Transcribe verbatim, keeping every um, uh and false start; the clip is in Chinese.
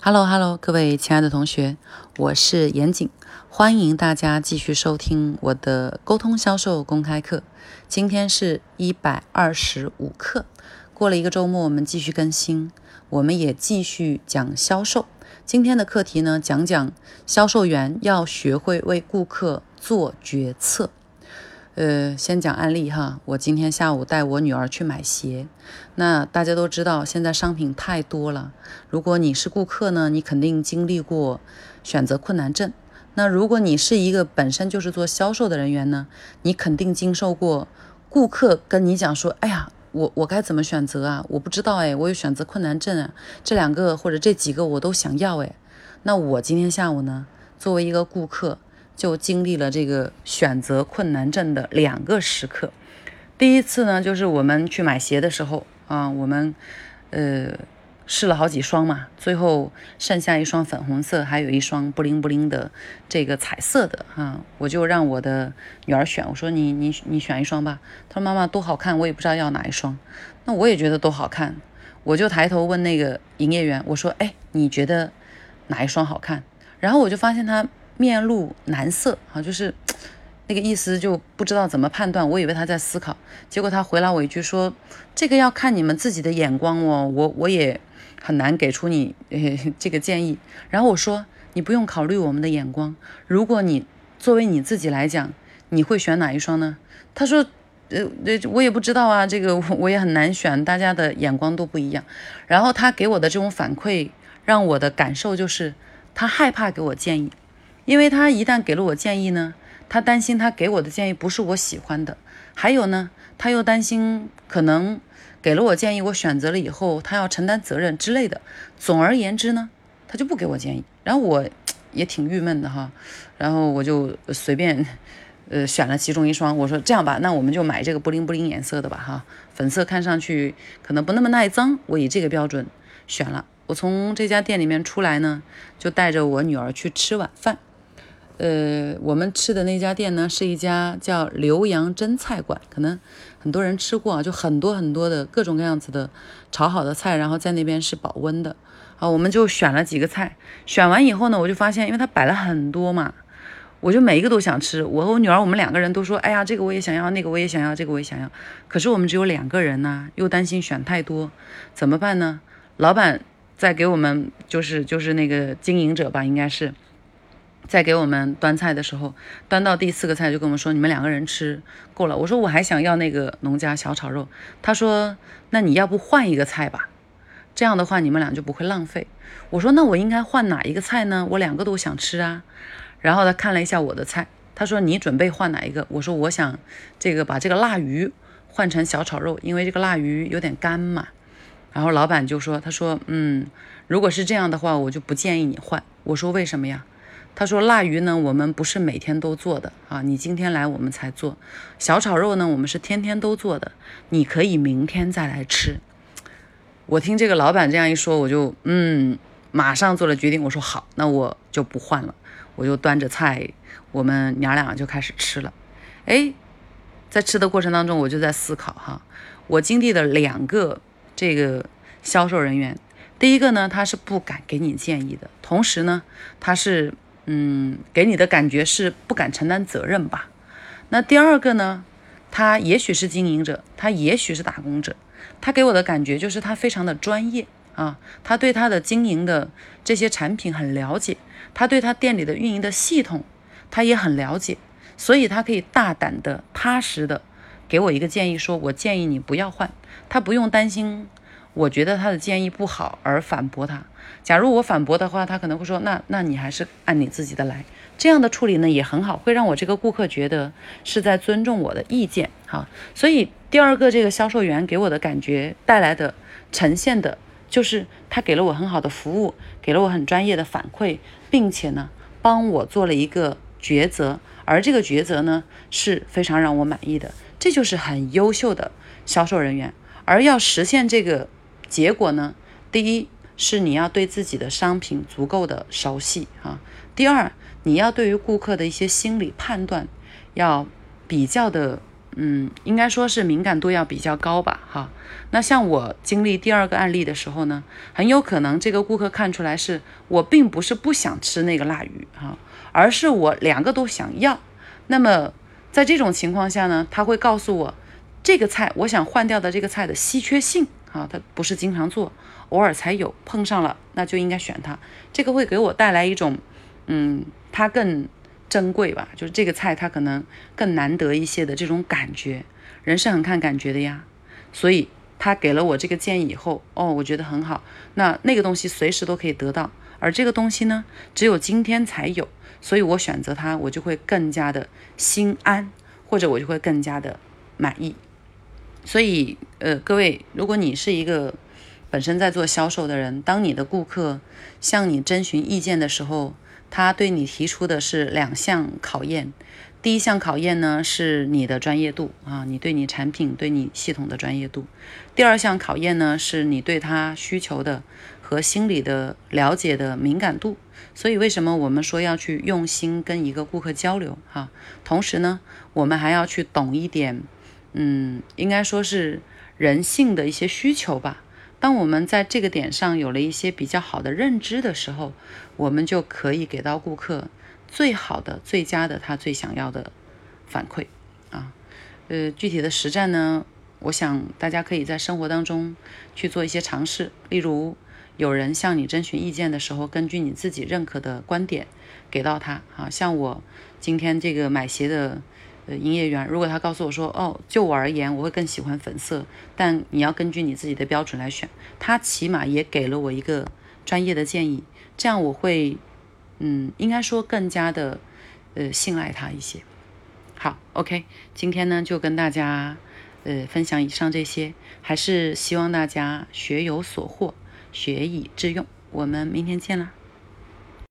Hello Hello， 各位亲爱的同学，我是严谨，欢迎大家继续收听我的沟通销售公开课。今天是一百二十五课，过了一个周末，我们继续更新，我们也继续讲销售。今天的课题呢，讲讲销售员要学会为顾客做决策。呃，先讲案例哈，我今天下午带我女儿去买鞋。那大家都知道，现在商品太多了。如果你是顾客呢，你肯定经历过选择困难症。那如果你是一个本身就是做销售的人员呢，你肯定经受过顾客跟你讲说，哎呀，我我该怎么选择啊？我不知道哎，我有选择困难症啊，这两个或者这几个我都想要哎。那我今天下午呢，作为一个顾客，就经历了这个选择困难症的两个时刻。第一次呢，就是我们去买鞋的时候啊，我们呃试了好几双嘛，最后剩下一双粉红色，还有一双布灵布灵的这个彩色的啊，我就让我的女儿选，我说你你你选一双吧。她说妈妈都好看，我也不知道要哪一双。那我也觉得都好看，我就抬头问那个营业员，我说哎，你觉得哪一双好看？然后我就发现他面露难色啊，就是那个意思就不知道怎么判断，我以为他在思考，结果他回答我一句说，这个要看你们自己的眼光哦，我我也很难给出你、呃、这个建议。然后我说你不用考虑我们的眼光，如果你作为你自己来讲，你会选哪一双呢？他说呃，我也不知道啊，这个我也很难选，大家的眼光都不一样。然后他给我的这种反馈让我的感受就是他害怕给我建议，因为他一旦给了我建议呢，他担心他给我的建议不是我喜欢的，还有呢，他又担心可能给了我建议，我选择了以后他要承担责任之类的。总而言之呢，他就不给我建议，然后我也挺郁闷的哈，然后我就随便呃选了其中一双，我说这样吧，那我们就买这个布灵布灵颜色的吧哈，粉色看上去可能不那么耐脏，我以这个标准选了。我从这家店里面出来呢，就带着我女儿去吃晚饭。呃，我们吃的那家店呢，是一家叫浏阳蒸菜馆，可能很多人吃过啊，就很多很多的各种各样子的炒好的菜，然后在那边是保温的啊。我们就选了几个菜，选完以后呢，我就发现，因为它摆了很多嘛，我就每一个都想吃。我和我女儿，我们两个人都说，哎呀，这个我也想要，那个我也想要，这个我也想要。可是我们只有两个人呢，又担心选太多，怎么办呢？老板在给我们，就是就是那个经营者吧，应该是。在给我们端菜的时候，端到第四个菜就跟我们说，你们两个人吃够了。我说我还想要那个农家小炒肉，他说那你要不换一个菜吧，这样的话你们俩就不会浪费。我说那我应该换哪一个菜呢？我两个都想吃啊。然后他看了一下我的菜，他说你准备换哪一个？我说我想这个把这个腊鱼换成小炒肉，因为这个腊鱼有点干嘛。然后老板就说，他说嗯，如果是这样的话，我就不建议你换。我说为什么呀？他说腊鱼呢，我们不是每天都做的啊，你今天来我们才做。小炒肉呢，我们是天天都做的，你可以明天再来吃。我听这个老板这样一说，我就嗯，马上做了决定。我说好，那我就不换了，我就端着菜，我们娘俩就开始吃了。哎，在吃的过程当中，我就在思考哈，我经历了两个这个销售人员。第一个呢，他是不敢给你建议的，同时呢，他是嗯，给你的感觉是不敢承担责任吧。那第二个呢，他也许是经营者，他也许是打工者，他给我的感觉就是他非常的专业啊，他对他的经营的这些产品很了解，他对他店里的运营的系统他也很了解，所以他可以大胆的踏实的给我一个建议，说我建议你不要换，他不用担心我觉得他的建议不好而反驳他。假如我反驳的话，他可能会说那那你还是按你自己的来。这样的处理呢也很好，会让我这个顾客觉得是在尊重我的意见哈。所以第二个这个销售员给我的感觉带来的呈现的就是他给了我很好的服务，给了我很专业的反馈，并且呢帮我做了一个抉择，而这个抉择呢是非常让我满意的。这就是很优秀的销售人员。而要实现这个结果呢，第一是你要对自己的商品足够的熟悉啊，第二你要对于顾客的一些心理判断要比较的嗯，应该说是敏感度要比较高吧，哈。那像我经历第二个案例的时候呢，很有可能这个顾客看出来是我并不是不想吃那个腊鱼哈，而是我两个都想要。那么在这种情况下呢，他会告诉我这个菜我想换掉的这个菜的稀缺性啊，它不是经常做，偶尔才有，碰上了那就应该选它。这个会给我带来一种嗯，它更珍贵吧，就是这个菜它可能更难得一些的这种感觉。人是很看感觉的呀，所以他给了我这个建议以后，哦，我觉得很好。那那个东西随时都可以得到，而这个东西呢，只有今天才有，所以我选择它，我就会更加的心安，或者我就会更加的满意。所以，呃，各位，如果你是一个本身在做销售的人，当你的顾客向你征询意见的时候，他对你提出的是两项考验。第一项考验呢是你的专业度啊，你对你产品、对你系统的专业度。第二项考验呢是你对他需求的和心理的了解的敏感度。所以为什么我们说要去用心跟一个顾客交流哈？同时呢，我们还要去懂一点，嗯，应该说是人性的一些需求吧。当我们在这个点上有了一些比较好的认知的时候，我们就可以给到顾客最好的、最佳的他最想要的反馈啊。呃，具体的实战呢，我想大家可以在生活当中去做一些尝试。例如，有人向你征询意见的时候，根据你自己认可的观点给到他啊。像我今天这个买鞋的呃营业员，如果他告诉我说，哦，就我而言，我会更喜欢粉色，但你要根据你自己的标准来选，他起码也给了我一个专业的建议，这样我会嗯，应该说更加的呃信赖他一些。好 OK， 今天呢就跟大家呃分享以上这些，还是希望大家学有所获，学以致用。我们明天见啦。